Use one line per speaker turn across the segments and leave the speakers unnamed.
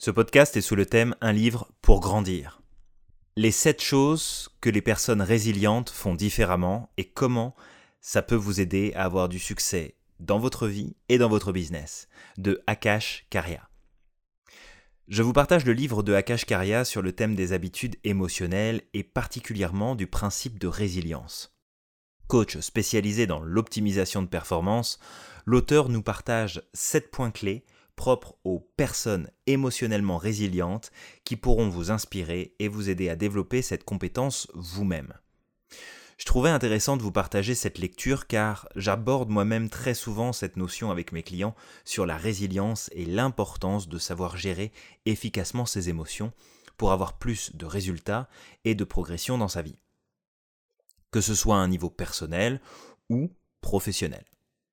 Ce podcast est sous le thème « Un livre pour grandir ». Les 7 choses que les personnes résilientes font différemment et comment ça peut vous aider à avoir du succès dans votre vie et dans votre business, de Akash Karia. Je vous partage le livre de Akash Karia sur le thème des habitudes émotionnelles et particulièrement du principe de résilience. Coach spécialisé dans l'optimisation de performance, l'auteur nous partage 7 points clés propres aux personnes émotionnellement résilientes qui pourront vous inspirer et vous aider à développer cette compétence vous-même. Je trouvais intéressant de vous partager cette lecture car j'aborde moi-même très souvent cette notion avec mes clients sur la résilience et l'importance de savoir gérer efficacement ses émotions pour avoir plus de résultats et de progression dans sa vie, que ce soit à un niveau personnel ou professionnel.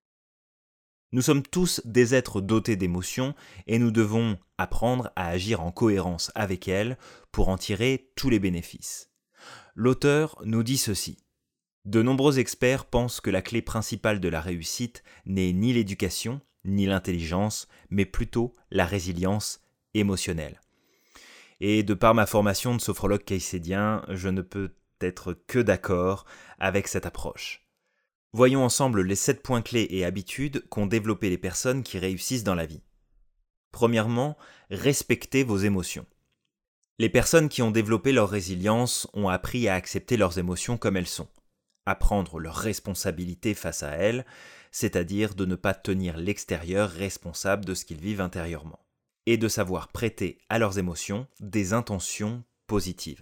Nous sommes tous des êtres dotés d'émotions et nous devons apprendre à agir en cohérence avec elles pour en tirer tous les bénéfices. L'auteur nous dit ceci. De nombreux experts pensent que la clé principale de la réussite n'est ni l'éducation, ni l'intelligence, mais plutôt la résilience émotionnelle. Et de par ma formation de sophrologue keïsédien, je ne peux être que d'accord avec cette approche. Voyons ensemble les 7 points clés et habitudes qu'ont développé les personnes qui réussissent dans la vie. Premièrement, respectez vos émotions. Les personnes qui ont développé leur résilience ont appris à accepter leurs émotions comme elles sont, à prendre leurs responsabilités face à elles, c'est-à-dire de ne pas tenir l'extérieur responsable de ce qu'ils vivent intérieurement, et de savoir prêter à leurs émotions des intentions positives.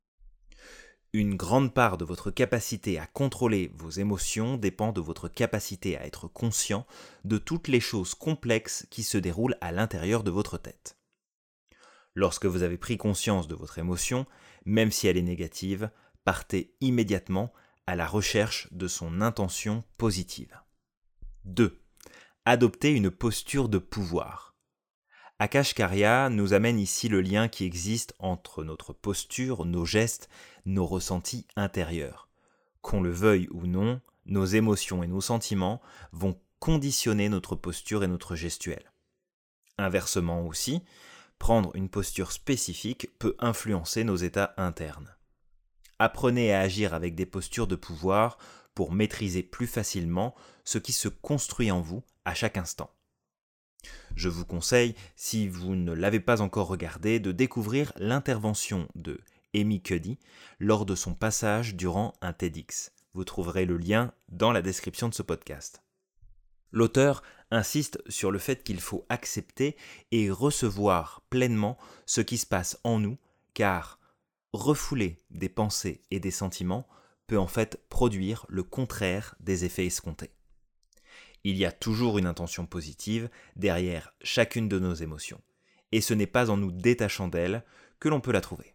Une grande part de votre capacité à contrôler vos émotions dépend de votre capacité à être conscient de toutes les choses complexes qui se déroulent à l'intérieur de votre tête. Lorsque vous avez pris conscience de votre émotion, même si elle est négative, partez immédiatement à la recherche de son intention positive. 2. Adoptez une posture de pouvoir. Akash Karia nous amène ici le lien qui existe entre notre posture, nos gestes, nos ressentis intérieurs. Qu'on le veuille ou non, nos émotions et nos sentiments vont conditionner notre posture et notre gestuelle. Inversement aussi, prendre une posture spécifique peut influencer nos états internes. Apprenez à agir avec des postures de pouvoir pour maîtriser plus facilement ce qui se construit en vous à chaque instant. Je vous conseille, si vous ne l'avez pas encore regardé, de découvrir l'intervention de Amy Cuddy lors de son passage durant un TEDx. Vous trouverez le lien dans la description de ce podcast. L'auteur insiste sur le fait qu'il faut accepter et recevoir pleinement ce qui se passe en nous, car refouler des pensées et des sentiments peut en fait produire le contraire des effets escomptés. Il y a toujours une intention positive derrière chacune de nos émotions, et ce n'est pas en nous détachant d'elles que l'on peut la trouver.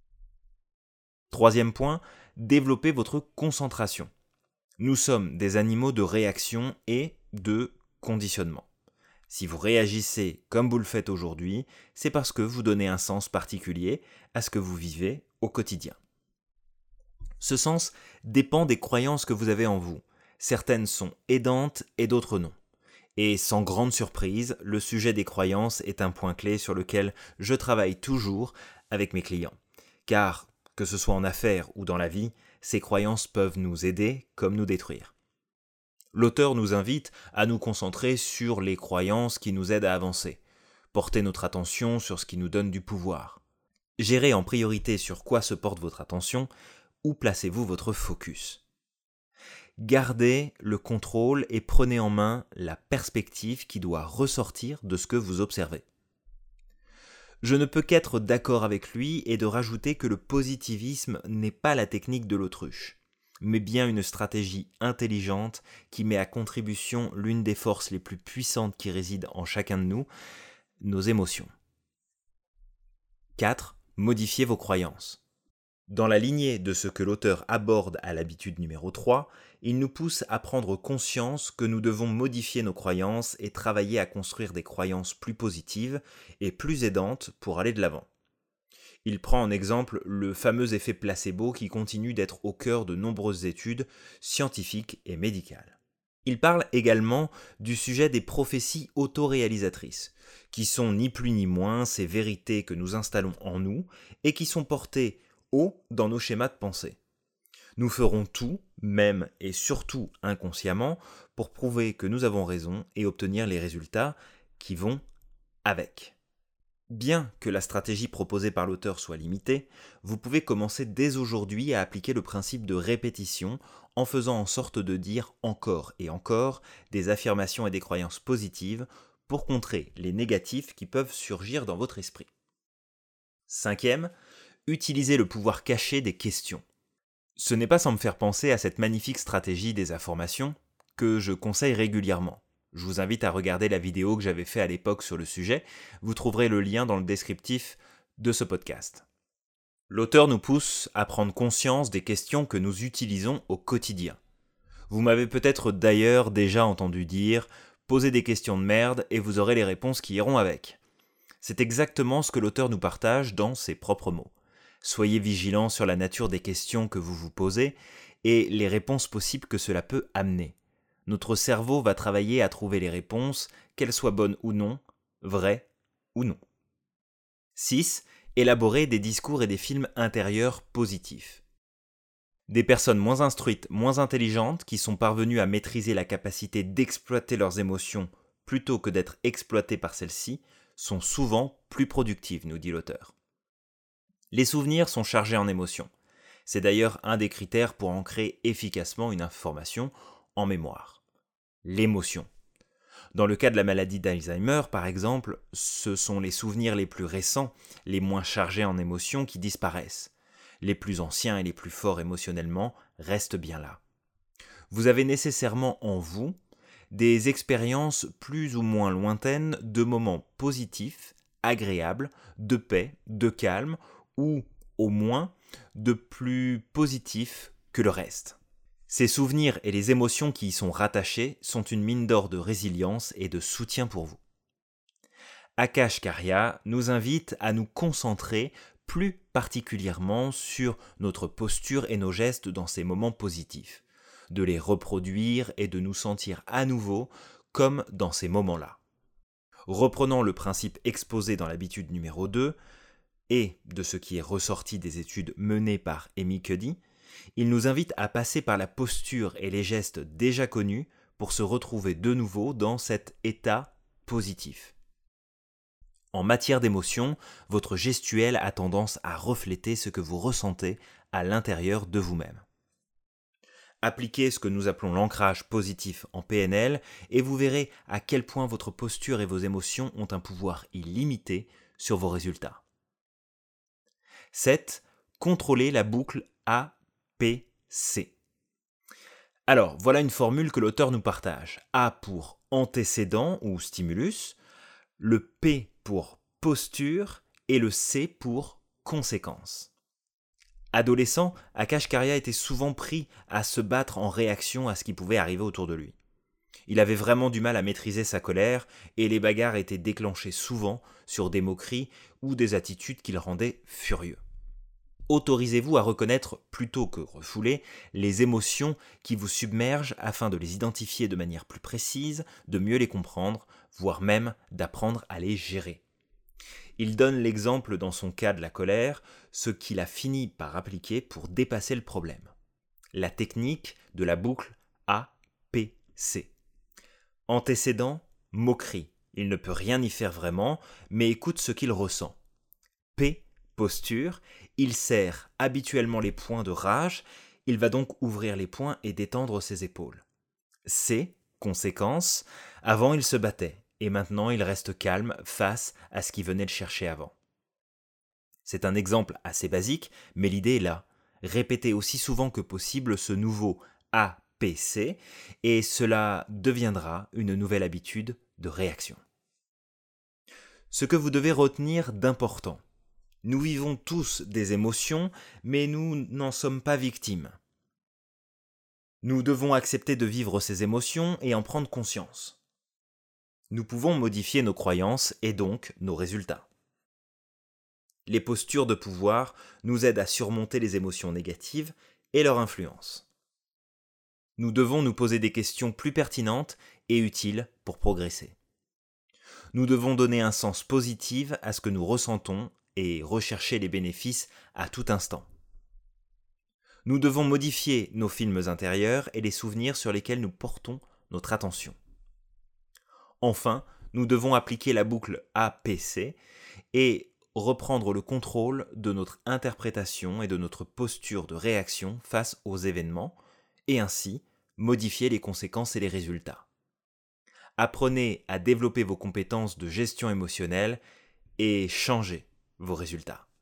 Troisième point, développez votre concentration. Nous sommes des animaux de réaction et de conditionnement. Si vous réagissez comme vous le faites aujourd'hui, c'est parce que vous donnez un sens particulier à ce que vous vivez au quotidien. Ce sens dépend des croyances que vous avez en vous. Certaines sont aidantes et d'autres non. Et sans grande surprise, le sujet des croyances est un point clé sur lequel je travaille toujours avec mes clients. Car, que ce soit en affaires ou dans la vie, ces croyances peuvent nous aider comme nous détruire. L'auteur nous invite à nous concentrer sur les croyances qui nous aident à avancer, porter notre attention sur ce qui nous donne du pouvoir. Gérez en priorité sur quoi se porte votre attention, où placez-vous votre focus. Gardez le contrôle et prenez en main la perspective qui doit ressortir de ce que vous observez. Je ne peux qu'être d'accord avec lui et de rajouter que le positivisme n'est pas la technique de l'autruche, mais bien une stratégie intelligente qui met à contribution l'une des forces les plus puissantes qui résident en chacun de nous, nos émotions. 4. Modifiez vos croyances. Dans la lignée de ce que l'auteur aborde à l'habitude numéro 3, il nous pousse à prendre conscience que nous devons modifier nos croyances et travailler à construire des croyances plus positives et plus aidantes pour aller de l'avant. Il prend en exemple le fameux effet placebo qui continue d'être au cœur de nombreuses études scientifiques et médicales. Il parle également du sujet des prophéties autoréalisatrices, qui sont ni plus ni moins ces vérités que nous installons en nous et qui sont portées haut dans nos schémas de pensée. Nous ferons tout, même et surtout inconsciemment, pour prouver que nous avons raison et obtenir les résultats qui vont avec. Bien que la stratégie proposée par l'auteur soit limitée, vous pouvez commencer dès aujourd'hui à appliquer le principe de répétition en faisant en sorte de dire encore et encore des affirmations et des croyances positives pour contrer les négatifs qui peuvent surgir dans votre esprit. Cinquième, utilisez le pouvoir caché des questions. Ce n'est pas sans me faire penser à cette magnifique stratégie des affirmations que je conseille régulièrement. Je vous invite à regarder la vidéo que j'avais faite à l'époque sur le sujet, vous trouverez le lien dans le descriptif de ce podcast. L'auteur nous pousse à prendre conscience des questions que nous utilisons au quotidien. Vous m'avez peut-être d'ailleurs déjà entendu dire « posez des questions de merde et vous aurez les réponses qui iront avec ». C'est exactement ce que l'auteur nous partage dans ses propres mots. Soyez vigilants sur la nature des questions que vous vous posez et les réponses possibles que cela peut amener. Notre cerveau va travailler à trouver les réponses, qu'elles soient bonnes ou non, vraies ou non. 6. Élaborer des discours et des films intérieurs positifs. Des personnes moins instruites, moins intelligentes, qui sont parvenues à maîtriser la capacité d'exploiter leurs émotions plutôt que d'être exploitées par celles-ci, sont souvent plus productives, nous dit l'auteur. Les souvenirs sont chargés en émotions. C'est d'ailleurs un des critères pour ancrer efficacement une information en mémoire. L'émotion. Dans le cas de la maladie d'Alzheimer, par exemple, ce sont les souvenirs les plus récents, les moins chargés en émotions qui disparaissent. Les plus anciens et les plus forts émotionnellement restent bien là. Vous avez nécessairement en vous des expériences plus ou moins lointaines de moments positifs, agréables, de paix, de calme, ou au moins de plus positifs que le reste. Ces souvenirs et les émotions qui y sont rattachés sont une mine d'or de résilience et de soutien pour vous. Akash Karya nous invite à nous concentrer plus particulièrement sur notre posture et nos gestes dans ces moments positifs, de les reproduire et de nous sentir à nouveau comme dans ces moments-là. Reprenant le principe exposé dans l'habitude numéro 2 et de ce qui est ressorti des études menées par Amy Cuddy, il nous invite à passer par la posture et les gestes déjà connus pour se retrouver de nouveau dans cet état positif. En matière d'émotion, votre gestuelle a tendance à refléter ce que vous ressentez à l'intérieur de vous-même. Appliquez ce que nous appelons l'ancrage positif en PNL et vous verrez à quel point votre posture et vos émotions ont un pouvoir illimité sur vos résultats. 7. Contrôlez la boucle APC. Alors, voilà une formule que l'auteur nous partage. A pour antécédent ou stimulus, le P pour posture et le C pour conséquence. Adolescent, Akash Karya était souvent pris à se battre en réaction à ce qui pouvait arriver autour de lui. Il avait vraiment du mal à maîtriser sa colère et les bagarres étaient déclenchées souvent sur des moqueries ou des attitudes qui le rendaient furieux. Autorisez-vous à reconnaître, plutôt que refouler, les émotions qui vous submergent afin de les identifier de manière plus précise, de mieux les comprendre, voire même d'apprendre à les gérer. Il donne l'exemple dans son cas de la colère, ce qu'il a fini par appliquer pour dépasser le problème. La technique de la boucle APC. Antécédent, moquerie. Il ne peut rien y faire vraiment, mais écoute ce qu'il ressent. P, posture. Il serre habituellement les poings de rage, il va donc ouvrir les poings et détendre ses épaules. C, conséquence, avant il se battait, et maintenant il reste calme face à ce qui venait le chercher avant. C'est un exemple assez basique, mais l'idée est là. Répétez aussi souvent que possible ce nouveau APC, et cela deviendra une nouvelle habitude de réaction. Ce que vous devez retenir d'important. Nous vivons tous des émotions, mais nous n'en sommes pas victimes. Nous devons accepter de vivre ces émotions et en prendre conscience. Nous pouvons modifier nos croyances et donc nos résultats. Les postures de pouvoir nous aident à surmonter les émotions négatives et leur influence. Nous devons nous poser des questions plus pertinentes et utiles pour progresser. Nous devons donner un sens positif à ce que nous ressentons et rechercher les bénéfices à tout instant. Nous devons modifier nos films intérieurs et les souvenirs sur lesquels nous portons notre attention. Enfin, nous devons appliquer la boucle APC et reprendre le contrôle de notre interprétation et de notre posture de réaction face aux événements, et ainsi modifier les conséquences et les résultats. Apprenez à développer vos compétences de gestion émotionnelle et changez vos résultats.